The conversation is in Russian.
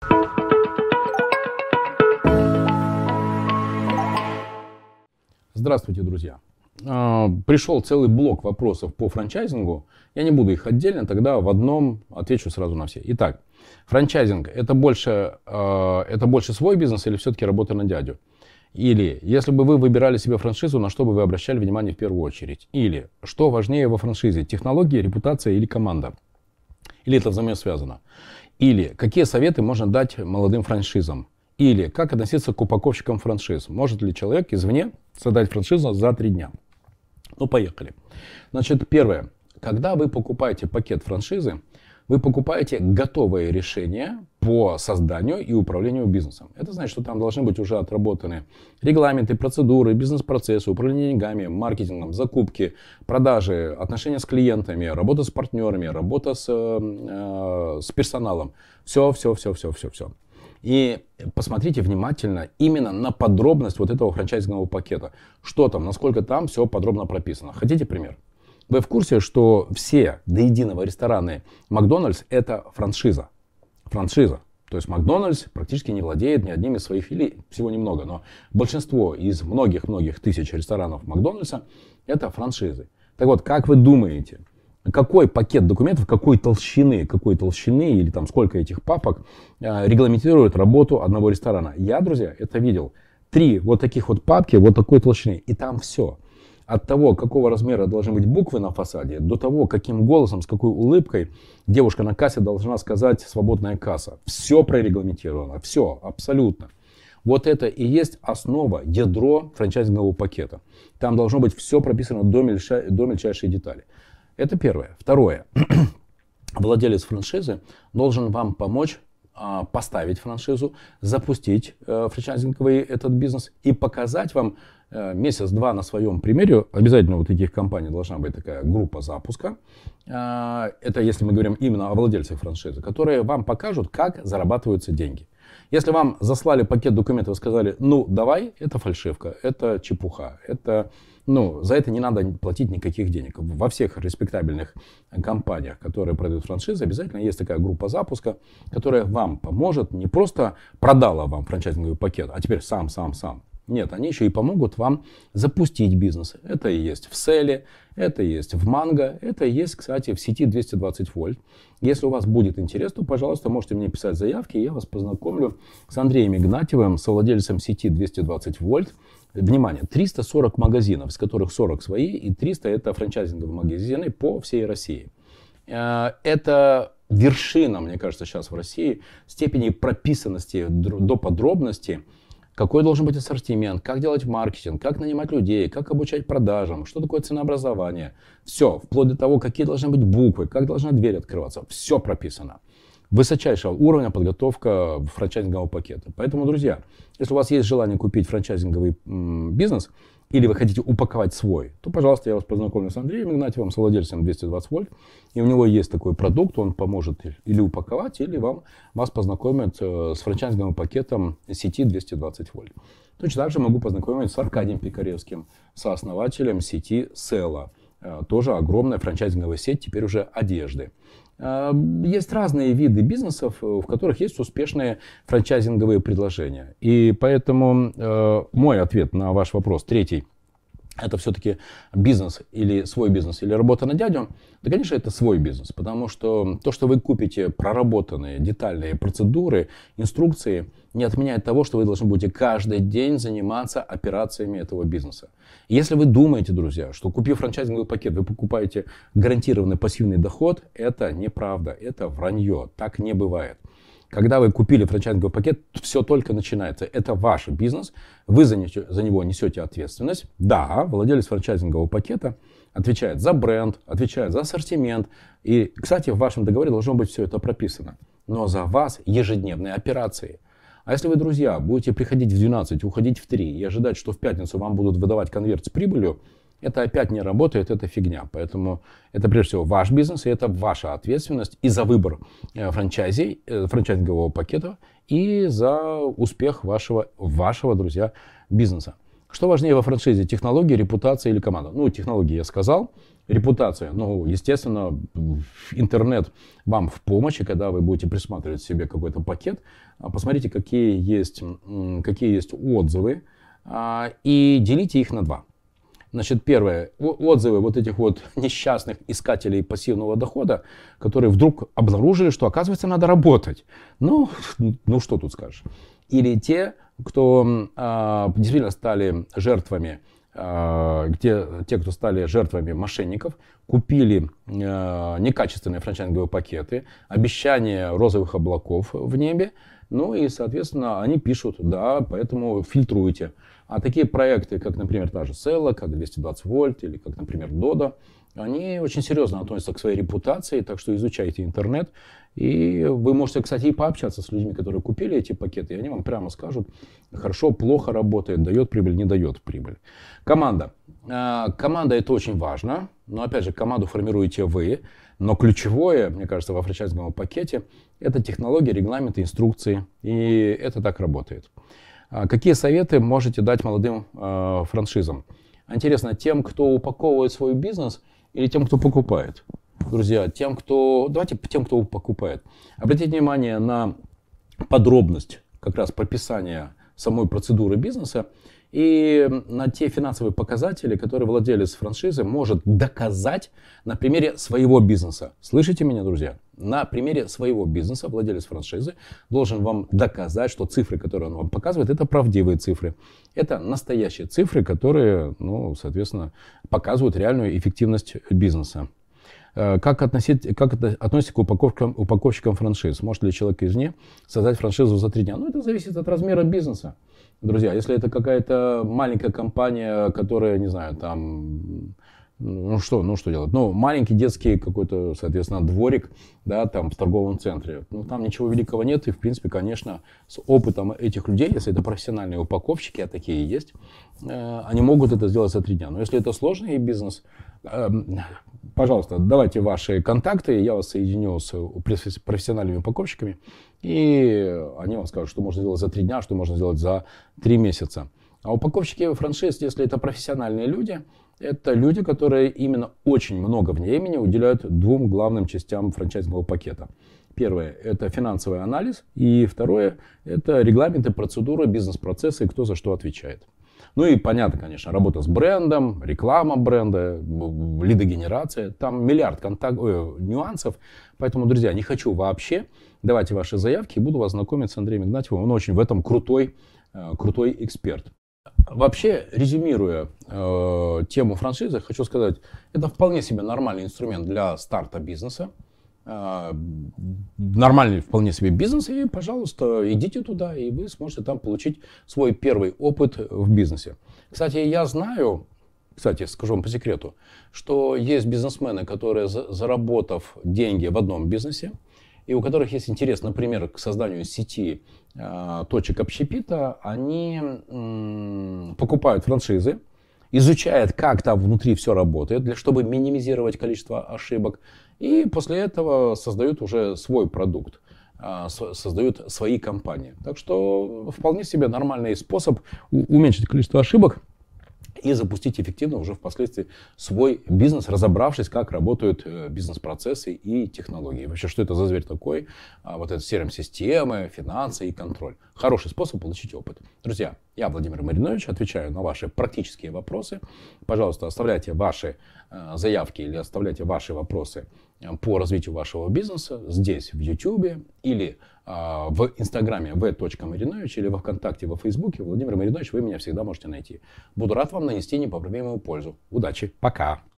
Здравствуйте, друзья. Пришел целый блок вопросов по франчайзингу. Я не буду их отдельно, тогда в одном отвечу сразу на все. Итак, франчайзинг это больше свой бизнес или все-таки работа на дядю? Или, если бы вы выбирали себе франшизу, на что бы вы обращали внимание в первую очередь? Или, что важнее во франшизе, технологии, репутация или команда? Или это взаимосвязано? Или, какие советы можно дать молодым франшизам? Или, как относиться к упаковщикам франшиз? Может ли человек извне создать франшизу за 3 дня? Ну, поехали. Значит, первое. Когда вы покупаете пакет франшизы, вы покупаете готовое решение по созданию и управлению бизнесом. Это значит, что там должны быть уже отработаны регламенты, процедуры, бизнес-процессы, управление деньгами, маркетингом, закупки, продажи, отношения с клиентами, работа с партнерами, работа с персоналом. Все. И посмотрите внимательно именно на подробность вот этого франчайзингового пакета. Что там, насколько там все подробно прописано. Хотите пример? Вы в курсе, что все до единого рестораны Макдональдс это франшиза? Франшиза. То есть Макдональдс практически не владеет ни одним из своих филий, всего немного, но большинство из многих-многих тысяч ресторанов Макдональдса это франшизы. Так вот, как вы думаете, какой пакет документов, какой толщины или там сколько этих папок регламентирует работу одного ресторана? Я, друзья, это видел. 3 вот таких вот папки, вот такой толщины, и там все. От того, какого размера должны быть буквы на фасаде, до того, каким голосом, с какой улыбкой девушка на кассе должна сказать «свободная касса». Все прорегламентировано, все, абсолютно. Вот это и есть основа, ядро франчайзингового пакета. Там должно быть все прописано до мельчайшей детали. Это первое. Второе. Владелец франшизы должен вам помочь поставить франшизу, запустить франчайзинговый этот бизнес и показать вам месяц-два на своем примере. Обязательно вот таких компаний должна быть такая группа запуска. Это если мы говорим именно о владельцах франшизы, которые вам покажут, как зарабатываются деньги. Если вам заслали пакет документов и сказали, ну давай, это фальшивка, это чепуха, за это не надо платить никаких денег. Во всех респектабельных компаниях, которые продают франшизы, обязательно есть такая группа запуска, которая вам поможет, не просто продала вам франчайзинговый пакет, а теперь сам. Нет, они еще и помогут вам запустить бизнес. Это и есть в Селе, это и есть в Манго, это и есть, кстати, в сети 220 вольт. Если у вас будет интерес, то, пожалуйста, можете мне писать заявки, и я вас познакомлю с Андреем Игнатьевым, совладельцем сети 220 вольт. Внимание, 340 магазинов, из которых 40 свои, и 300 это франчайзинговые магазины по всей России. Это вершина, мне кажется, сейчас в России степени прописанности до подробности. Какой должен быть ассортимент, как делать маркетинг, как нанимать людей, как обучать продажам, что такое ценообразование. Все, вплоть до того, какие должны быть буквы, как должна дверь открываться. Все прописано. Высочайшего уровня подготовка франчайзингового пакета. Поэтому, друзья, если у вас есть желание купить франчайзинговый бизнес, или вы хотите упаковать свой, то, пожалуйста, я вас познакомлю с Андреем Игнатьевым, совладельцем 220 вольт. И у него есть такой продукт, он поможет или упаковать, или вас познакомит с франчайзинговым пакетом сети 220 вольт. Точно так же могу познакомить с Аркадием Пикаревским, сооснователем сети Села. Тоже огромная франчайзинговая сеть, теперь уже одежды. Есть разные виды бизнесов, в которых есть успешные франчайзинговые предложения. И поэтому мой ответ на ваш вопрос, третий, это все-таки бизнес, или работа на дядю, да, конечно, это свой бизнес. Потому что то, что вы купите проработанные детальные процедуры, инструкции, не отменяет того, что вы должны будете каждый день заниматься операциями этого бизнеса. И если вы думаете, друзья, что купив франчайзинговый пакет, вы покупаете гарантированный пассивный доход, это неправда, это вранье, так не бывает. Когда вы купили франчайзинговый пакет, все только начинается. Это ваш бизнес, вы за него несете ответственность. Да, владелец франчайзингового пакета отвечает за бренд, отвечает за ассортимент. И, кстати, в вашем договоре должно быть все это прописано. Но за вас ежедневные операции. А если вы, друзья, будете приходить в 12, уходить в 3 и ожидать, что в пятницу вам будут выдавать конверт с прибылью, это опять не работает, это фигня. Поэтому это прежде всего ваш бизнес, и это ваша ответственность и за выбор франчайзингового пакета, и за успех вашего, друзья, бизнеса. Что важнее во франшизе, технологии, репутация или команда? Ну, технологии я сказал. Репутация. Ну, естественно, интернет вам в помощь, и когда вы будете присматривать себе какой-то пакет, посмотрите, какие есть отзывы, и делите их на два. Значит, первое, отзывы вот этих вот несчастных искателей пассивного дохода, которые вдруг обнаружили, что, оказывается, надо работать. Ну что тут скажешь. Или те, кто действительно стали жертвами, те, кто стали жертвами мошенников, купили некачественные франчайзинговые пакеты, обещания розовых облаков в небе, ну и, соответственно, они пишут, да, поэтому фильтруйте. А такие проекты, как, например, та же Sella, как 220 вольт или как, например, Dodo, они очень серьезно относятся к своей репутации, так что изучайте интернет. И вы можете, кстати, и пообщаться с людьми, которые купили эти пакеты, и они вам прямо скажут, хорошо, плохо работает, дает прибыль, не дает прибыль. Команда. Команда — это очень важно, но, опять же, команду формируете вы. Но ключевое, мне кажется, во франчайзинговом пакете — это технологии, регламенты, инструкции. И это так работает. Какие советы можете дать молодым франшизам? Интересно, тем, кто упаковывает свой бизнес, или тем, кто покупает? Друзья, давайте тем, кто покупает. Обратите внимание на подробность как раз прописания самой процедуры бизнеса и на те финансовые показатели, которые владелец франшизы может доказать на примере своего бизнеса. Слышите меня, друзья? На примере своего бизнеса владелец франшизы должен вам доказать, что цифры, которые он вам показывает, это правдивые цифры. Это настоящие цифры, которые, соответственно, показывают реальную эффективность бизнеса. Как относитесь к упаковщикам франшиз? Может ли человек извне создать франшизу за 3 дня? Это зависит от размера бизнеса. Друзья, если это какая-то маленькая компания, которая, не знаю, там, что делать? Маленький детский какой-то, соответственно, дворик, да, там в торговом центре. Там ничего великого нет. И, в принципе, конечно, с опытом этих людей, если это профессиональные упаковщики, а такие есть, они могут это сделать за 3 дня. Но если это сложный бизнес, пожалуйста, давайте ваши контакты, я вас соединю с профессиональными упаковщиками, и они вам скажут, что можно сделать за 3 дня, что можно сделать за 3 месяца. А упаковщики франшиз, если это профессиональные люди, это люди, которые именно очень много времени уделяют 2 главным частям франчайзингового пакета. Первое – это финансовый анализ, и второе – это регламенты, процедуры, бизнес-процессы и кто за что отвечает. И понятно, конечно, работа с брендом, реклама бренда, лидогенерация, там миллиард нюансов. Поэтому, друзья, не хочу вообще. Давайте ваши заявки и буду вас знакомить с Андреем Игнатьевым. Он очень в этом крутой эксперт. Вообще, резюмируя тему франшизы, хочу сказать, это вполне себе нормальный инструмент для старта бизнеса. Нормальный вполне себе бизнес, и, пожалуйста, идите туда, и вы сможете там получить свой первый опыт в бизнесе. Кстати, я знаю, скажу вам по секрету, что есть бизнесмены, которые, заработав деньги в одном бизнесе, и у которых есть интерес, например, к созданию сети точек общепита, они покупают франшизы, изучают, как там внутри все работает, чтобы минимизировать количество ошибок, и после этого создают уже свой продукт, создают свои компании. Так что вполне себе нормальный способ уменьшить количество ошибок и запустить эффективно уже впоследствии свой бизнес, разобравшись, как работают бизнес-процессы и технологии. Вообще, что это за зверь такой? Вот это CRM-системы, финансы и контроль. Хороший способ получить опыт. Друзья, я, Владимир Маринович, отвечаю на ваши практические вопросы. Пожалуйста, оставляйте ваши заявки или оставляйте ваши вопросы по развитию вашего бизнеса здесь, в YouTube, или в Инстаграме v.marinovich, или во Вконтакте, во Фейсбуке. Владимир Маринович, вы меня всегда можете найти. Буду рад вам нанести непоправимую пользу. Удачи. Пока.